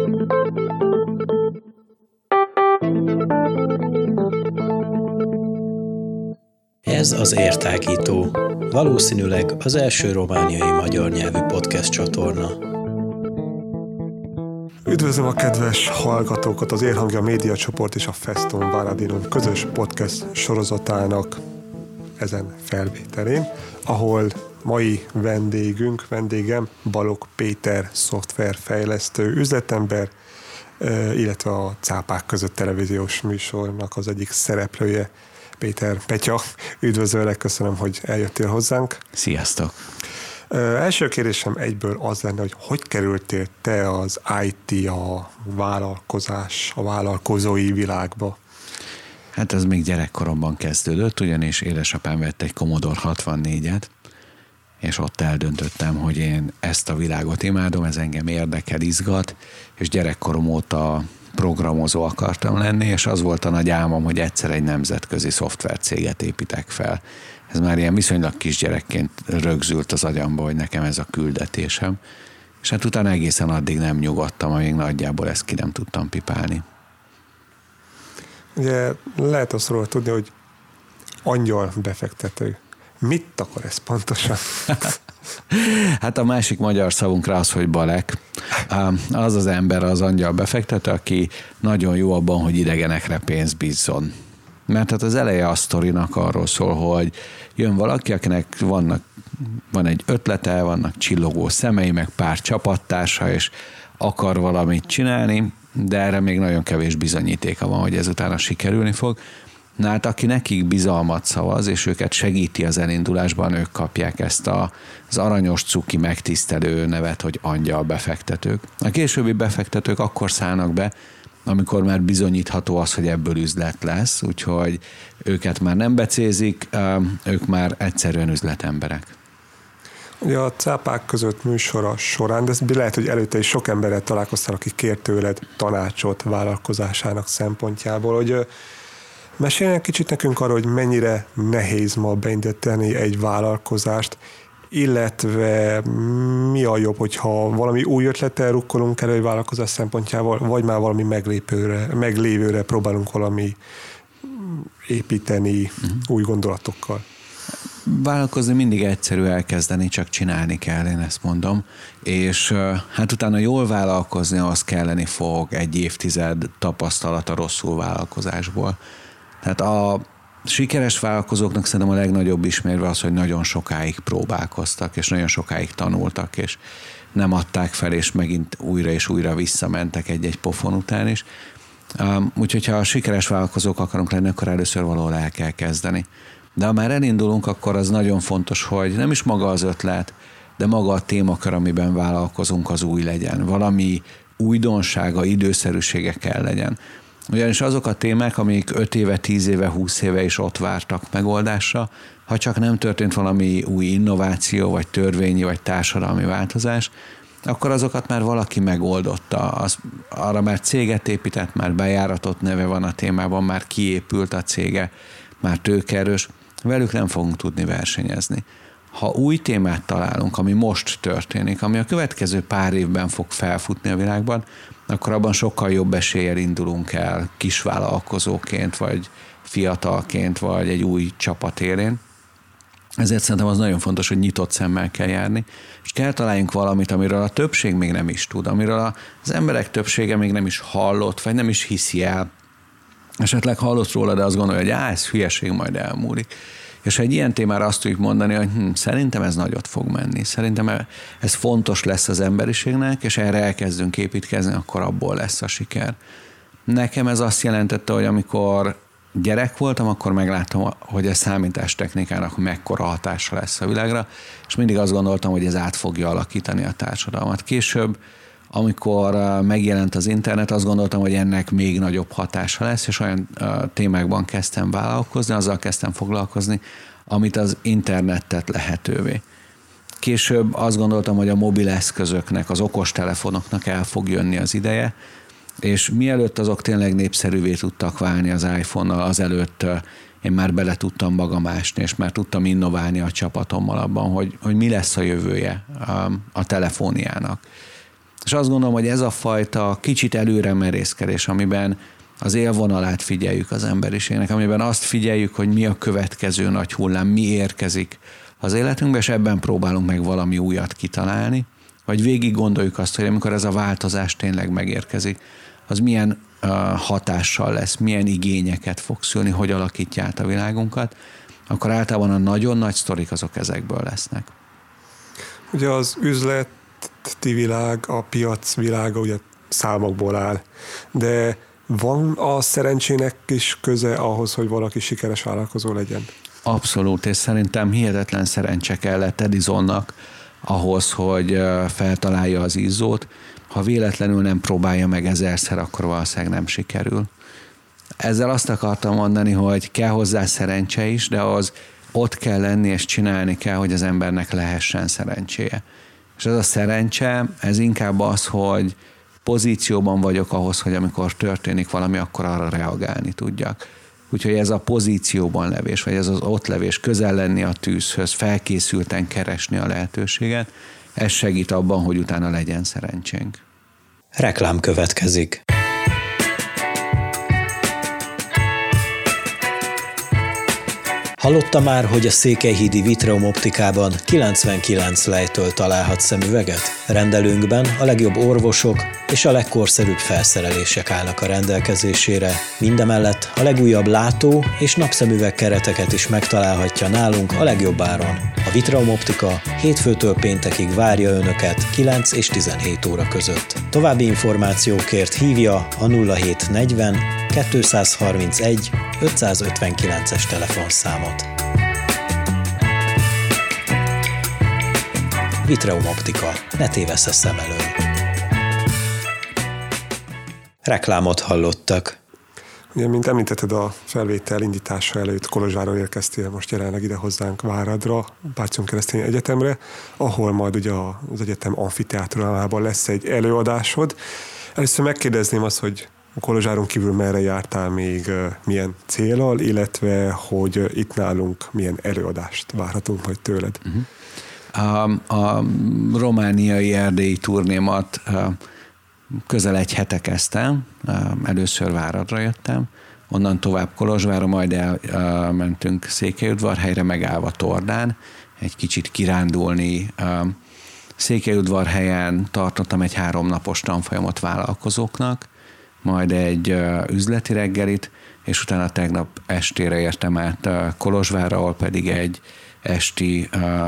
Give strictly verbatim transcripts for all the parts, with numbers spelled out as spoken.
Ez az Értágító, valószínűleg az első romániai magyar nyelvű podcast csatorna. Üdvözlöm a kedves hallgatókat az Érhangja Média Csoport és a Feston Varadinon közös podcast sorozatának ezen felvételén, ahol mai vendégünk, vendégem Balogh Péter szoftverfejlesztő üzletember, illetve a Cápák között televíziós műsornak az egyik szereplője. Péter, Petya, üdvözöllek, köszönöm, hogy eljöttél hozzánk. Sziasztok! Ö, első kérdésem egyből az lenne, hogy hogy kerültél te az i té, a vállalkozás, a vállalkozói világba? Hát ez még gyerekkoromban kezdődött, ugyanis édesapám vett egy Commodore hatvannégyet, és ott eldöntöttem, hogy én ezt a világot imádom, ez engem érdekel, izgat, és gyerekkorom óta programozó akartam lenni, és az volt a nagy álmom, hogy egyszer egy nemzetközi szoftvercéget építek fel. Ez már ilyen viszonylag kisgyerekként rögzült az agyamba, hogy nekem ez a küldetésem. És hát utána egészen addig nem nyugodtam, amíg nagyjából ezt ki nem tudtam pipálni. Ugye lehet azt róla tudni, hogy angyal befektető. Mit akar ez pontosan? Hát a másik magyar szavunkra az, hogy balek. Az az ember, az angyal befektető, aki nagyon jó abban, hogy idegenekre pénzt bízzon. Mert hát az eleje a sztorinak arról szól, hogy jön valaki, akinek vannak, van egy ötlete, vannak csillogó szemei, meg pár csapattársa, és akar valamit csinálni, de erre még nagyon kevés bizonyítéka van, hogy ez utána sikerülni fog. Na hát aki nekik bizalmat szavaz, és őket segíti az elindulásban, ők kapják ezt a, az aranyos, cuki, megtisztelő nevet, hogy angyal befektetők. A későbbi befektetők akkor szállnak be, amikor már bizonyítható az, hogy ebből üzlet lesz, úgyhogy őket már nem becézik, ők már egyszerűen üzletemberek. Ugye a Cápák között műsora során, de lehet, hogy előtte is sok emberrel találkoztál, aki kért tőled tanácsot vállalkozásának szempontjából, hogy mesélj egy kicsit nekünk arról, hogy mennyire nehéz ma beindítani egy vállalkozást, illetve mi a jobb, hogyha valami új ötlettel rukkolunk elő egy vállalkozás szempontjával, vagy már valami meglépőre, meglévőre próbálunk valami építeni uh-huh. új gondolatokkal. Vállalkozni mindig egyszerű elkezdeni, csak csinálni kell, én ezt mondom, és hát utána jól vállalkozni, az kelleni fog egy évtized tapasztalat a rosszul vállalkozásból. Tehát a sikeres vállalkozóknak szerintem a legnagyobb ismérve az, hogy nagyon sokáig próbálkoztak, és nagyon sokáig tanultak, és nem adták fel, és megint újra és újra visszamentek egy-egy pofon után is. Úgyhogy ha a sikeres vállalkozók akarunk lenni, akkor először valahol el kell kezdeni. De ha már elindulunk, akkor az nagyon fontos, hogy nem is maga az ötlet, de maga a témakör, amiben vállalkozunk, az új legyen. Valami újdonsága, időszerűsége kell legyen. Ugyanis azok a témák, amik öt éve, tíz éve, húsz éve is ott vártak megoldásra, ha csak nem történt valami új innováció, vagy törvényi, vagy társadalmi változás, akkor azokat már valaki megoldotta. Az, arra már céget épített, már bejáratott neve van a témában, már kiépült a cége, már tőkeerős, velük nem fogunk tudni versenyezni. Ha új témát találunk, ami most történik, ami a következő pár évben fog felfutni a világban, akkor abban sokkal jobb eséllyel indulunk el kisvállalkozóként, vagy fiatalként, vagy egy új csapat élén. Ezért szerintem az nagyon fontos, hogy nyitott szemmel kell járni, és kell találjunk valamit, amiről a többség még nem is tud, amiről az emberek többsége még nem is hallott, vagy nem is hiszi el. Esetleg hallott róla, de azt gondolja, hogy á, ez hülyeség, majd elmúlik. És ha egy ilyen témára azt tudjuk mondani, hogy hm, szerintem ez nagyot fog menni, szerintem ez fontos lesz az emberiségnek, és erre elkezdünk építkezni, akkor abból lesz a siker. Nekem ez azt jelentette, hogy amikor gyerek voltam, akkor megláttam, hogy a számítástechnikának mekkora hatása lesz a világra, és mindig azt gondoltam, hogy ez át fogja alakítani a társadalmat. Később, amikor megjelent az internet, azt gondoltam, hogy ennek még nagyobb hatása lesz, és olyan témákban kezdtem vállalkozni, azzal kezdtem foglalkozni, amit az internet tett lehetővé. Később azt gondoltam, hogy a mobileszközöknek, az okostelefonoknak el fog jönni az ideje, és mielőtt azok tényleg népszerűvé tudtak válni az iPhone-nal, azelőtt én már bele tudtam magam ásni, és már tudtam innoválni a csapatommal abban, hogy, hogy mi lesz a jövője a, a telefóniának. És azt gondolom, hogy ez a fajta kicsit előre merészkedés, amiben az élvonalát figyeljük az emberiségnek, amiben azt figyeljük, hogy mi a következő nagy hullám, mi érkezik az életünkbe, és ebben próbálunk meg valami újat kitalálni, vagy végig gondoljuk azt, hogy amikor ez a változás tényleg megérkezik, az milyen uh, hatással lesz, milyen igényeket fog szülni, hogy alakítja át a világunkat, akkor általában a nagyon nagy sztorik azok ezekből lesznek. Ugye az üzleti világ, a piac világa ugye számokból áll, de van a szerencsének is köze ahhoz, hogy valaki sikeres vállalkozó legyen? Abszolút, és szerintem hihetetlen szerencse kellett Edisonnak ahhoz, hogy feltalálja az izzót. Ha véletlenül nem próbálja meg ezerszer, akkor valószínűleg nem sikerül. Ezzel azt akartam mondani, hogy kell hozzá szerencse is, de az ott kell lenni és csinálni kell, hogy az embernek lehessen szerencséje. És ez a szerencse, ez inkább az, hogy pozícióban vagyok ahhoz, hogy amikor történik valami, akkor arra reagálni tudjak. Úgyhogy ez a pozícióban levés, vagy ez az ott levés, közel lenni a tűzhöz, felkészülten keresni a lehetőséget, ez segít abban, hogy utána legyen szerencsénk. Reklám következik. Hallotta már, hogy a Székelyhídi Vitreum Optikában kilencvenkilenc lejtől találhat szemüveget? Rendelőnkben a legjobb orvosok és a legkorszerűbb felszerelések állnak a rendelkezésére. Mindemellett a legújabb látó- és napszemüveg kereteket is megtalálhatja nálunk a legjobb áron. A Vitreum Optika hétfőtől péntekig várja Önöket kilenc és tizenhét óra között. További információkért hívja a nulla hét negyven kétszázharmincegy ötszázötvenkilences telefonszámot. Vitreum Optika. Ne tévessz a szem elől. Reklámot hallottak. Ugye, mint említetted, a felvétel indítása előtt Kolozsvárról érkeztél most jelenleg ide hozzánk Váradra, Bácson Keresztény Egyetemre, ahol majd ugye az egyetem amfiteátrumában lesz egy előadásod. Először megkérdezném azt, hogy Kolozsváron kívül merre jártál még, milyen céllal, illetve hogy itt nálunk milyen előadást várhatunk majd tőled? A, a romániai erdélyi turnémat közel egy hete kezdtem, először Váradra jöttem, onnan tovább Kolozsvárra, majd elmentünk Székelyudvarhelyre, megállva Tordán, egy kicsit kirándulni. Székelyudvarhelyen tartottam egy háromnapos tanfolyamot vállalkozóknak, majd egy üzleti reggelit, és utána tegnap estére értem át Kolozsvárra, ahol pedig egy esti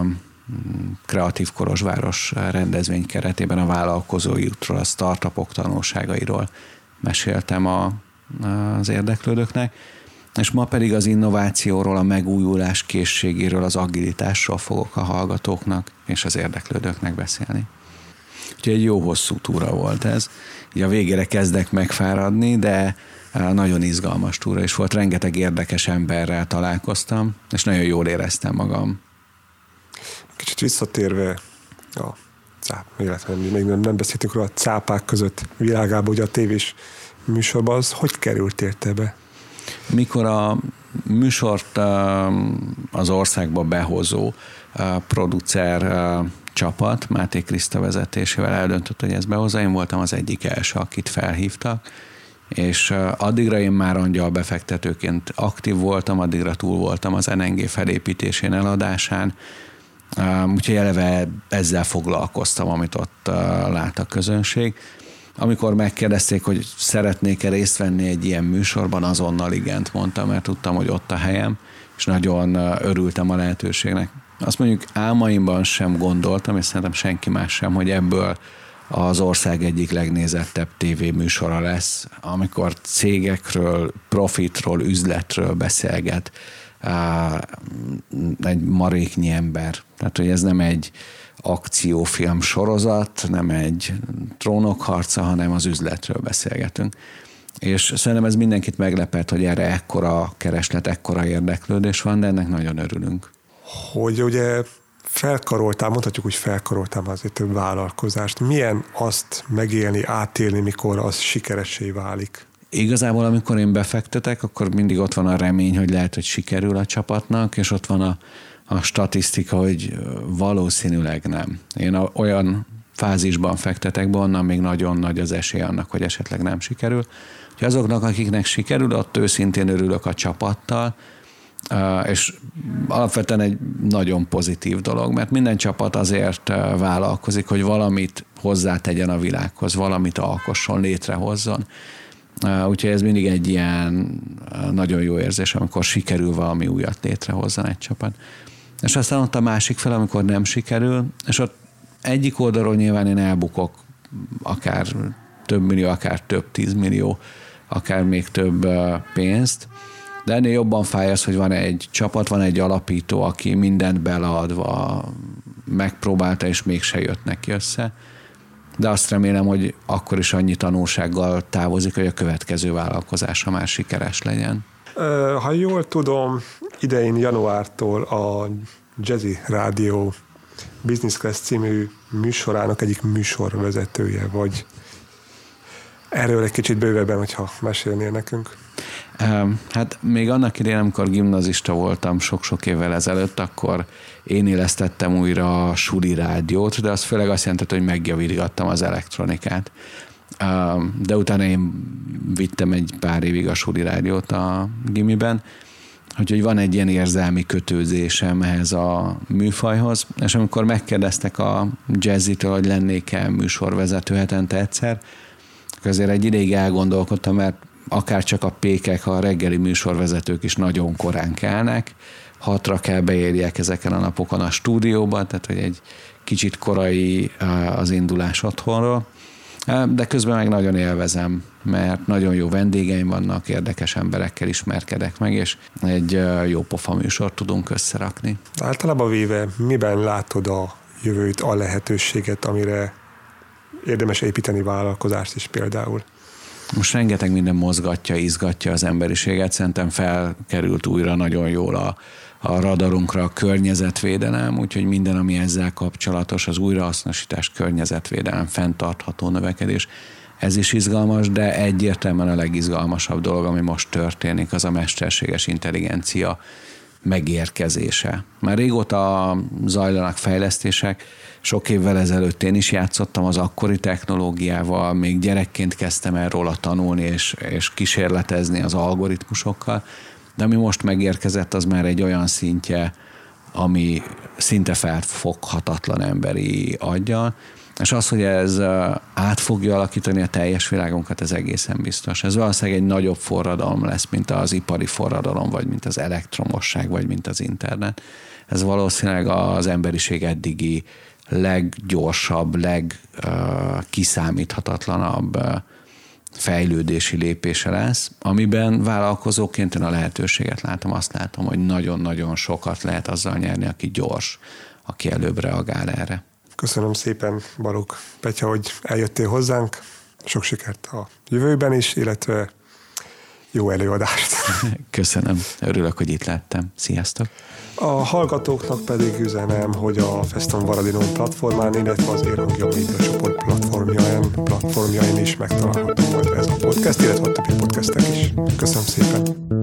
Kreatív Kolozsváros rendezvény keretében a vállalkozói útról, a startupok tanulságairól meséltem a, az érdeklődőknek, és ma pedig az innovációról, a megújulás készségéről, az agilitásról fogok a hallgatóknak és az érdeklődőknek beszélni. Úgyhogy egy jó hosszú túra volt ez. Így a végére kezdek megfáradni, de nagyon izgalmas túra is volt. Rengeteg érdekes emberrel találkoztam, és nagyon jól éreztem magam. Kicsit visszatérve a cáp, illetve még nem, nem beszéltünk róla a cápák között világába, ugye a tévés műsorban, az hogy kerültél te be? Mikor a műsort az országba behozó producer csapat, Máté Kriszta vezetésével eldöntött, hogy ezt behozza, én voltam az egyik első, akit felhívtak, és addigra én már angyal befektetőként aktív voltam, addigra túl voltam az en en gé felépítésén, eladásán, úgyhogy eleve ezzel foglalkoztam, amit ott lát a közönség. Amikor megkérdezték, hogy szeretnék-e részt venni egy ilyen műsorban, azonnal igent mondtam, mert tudtam, hogy ott a helyem, és nagyon örültem a lehetőségnek. Azt mondjuk álmaimban sem gondoltam, és szerintem senki más sem, hogy ebből az ország egyik legnézettebb tévéműsora lesz, amikor cégekről, profitról, üzletről beszélget egy maréknyi ember. Tehát, hogy ez nem egy akciófilm sorozat, nem egy trónokharca, hanem az üzletről beszélgetünk. És szerintem ez mindenkit meglepett, hogy erre ekkora kereslet, ekkora érdeklődés van, de ennek nagyon örülünk. Hogy ugye felkaroltál, mondhatjuk, hogy felkaroltál azért több vállalkozást. Milyen azt megélni, átélni, mikor az sikeressé válik? Igazából, amikor én befektetek, akkor mindig ott van a remény, hogy lehet, hogy sikerül a csapatnak, és ott van a, a statisztika, hogy valószínűleg nem. Én olyan fázisban fektetek be, onnan még nagyon nagy az esély annak, hogy esetleg nem sikerül. Úgyhogy azoknak, akiknek sikerül, ott őszintén örülök a csapattal, és alapvetően egy nagyon pozitív dolog, mert minden csapat azért vállalkozik, hogy valamit hozzátegyen a világhoz, valamit alkosson, létrehozzon. Úgyhogy ez mindig egy ilyen nagyon jó érzés, amikor sikerül valami újat létrehozzon egy csapat. És aztán ott a másik fel, amikor nem sikerül, és ott egyik oldalról nyilván én elbukok akár több millió, akár több tízmillió, akár még több pénzt, de ennél jobban fáj az, hogy van egy csapat, van egy alapító, aki mindent beleadva megpróbálta, és mégse jött neki össze. De azt remélem, hogy akkor is annyi tanulsággal távozik, hogy a következő vállalkozása már sikeres legyen. Ha jól tudom, idején januártól a Jazzy Rádió Business Class című műsorának egyik műsorvezetője vagy. Erről egy kicsit bővebben, hogyha mesélnél nekünk. Hát még annak idején, amikor gimnazista voltam sok-sok évvel ezelőtt, akkor én élesztettem újra a suli rádiót, de az főleg azt jelentett, hogy megjavítgattam az elektronikát. De utána én vittem egy pár évig a suli rádiót a gimiben, úgyhogy van egy ilyen érzelmi kötőzésem ehhez a műfajhoz, és amikor megkérdeztek a Jazzy-től, hogy lennék-e műsorvezető hetente egyszer, azért egy ideig elgondolkodtam, mert akár csak a pékek, a reggeli műsorvezetők is nagyon korán kelnek, hatra kell beérjek ezeken a napokon a stúdióban, tehát hogy egy kicsit korai az indulás otthonról, de közben meg nagyon élvezem, mert nagyon jó vendégeim vannak, érdekes emberekkel ismerkedek meg, és egy jó pofa műsort tudunk összerakni. Általában véve, miben látod a jövőt, a lehetőséget, amire érdemes építeni vállalkozást is például? Most rengeteg minden mozgatja, izgatja az emberiséget, szerintem felkerült újra nagyon jól a, a radarunkra a környezetvédelem, úgyhogy minden, ami ezzel kapcsolatos, az újrahasznosítás, környezetvédelem, fenntartható növekedés, ez is izgalmas, de egyértelműen a legizgalmasabb dolog, ami most történik, az a mesterséges intelligencia megérkezése. Már régóta zajlanak fejlesztések, sok évvel ezelőtt én is játszottam az akkori technológiával, még gyerekként kezdtem el róla tanulni és, és kísérletezni az algoritmusokkal, de ami most megérkezett, az már egy olyan szintje, ami szinte felfoghatatlan emberi aggyal, és az, hogy ez át fogja alakítani a teljes világunkat, ez egészen biztos. Ez valószínűleg egy nagyobb forradalom lesz, mint az ipari forradalom, vagy mint az elektromosság, vagy mint az internet. Ez valószínűleg az emberiség eddigi leggyorsabb, legkiszámíthatatlanabb fejlődési lépése lesz, amiben vállalkozóként én a lehetőséget látom. Azt látom, hogy nagyon-nagyon sokat lehet azzal nyerni, aki gyors, aki előbb reagál erre. Köszönöm szépen, Balogh Petya, hogy eljöttél hozzánk. Sok sikert a jövőben is, illetve jó előadást. Köszönöm, örülök, hogy itt lettem. Sziasztok! A hallgatóknak pedig üzenem, hogy a Feston Varadinon platformán, illetve az Érhangja Média Csoport platformjain, platformjain is megtalálható majd ez a podcast, illetve a többi podcastek is. Köszönöm szépen!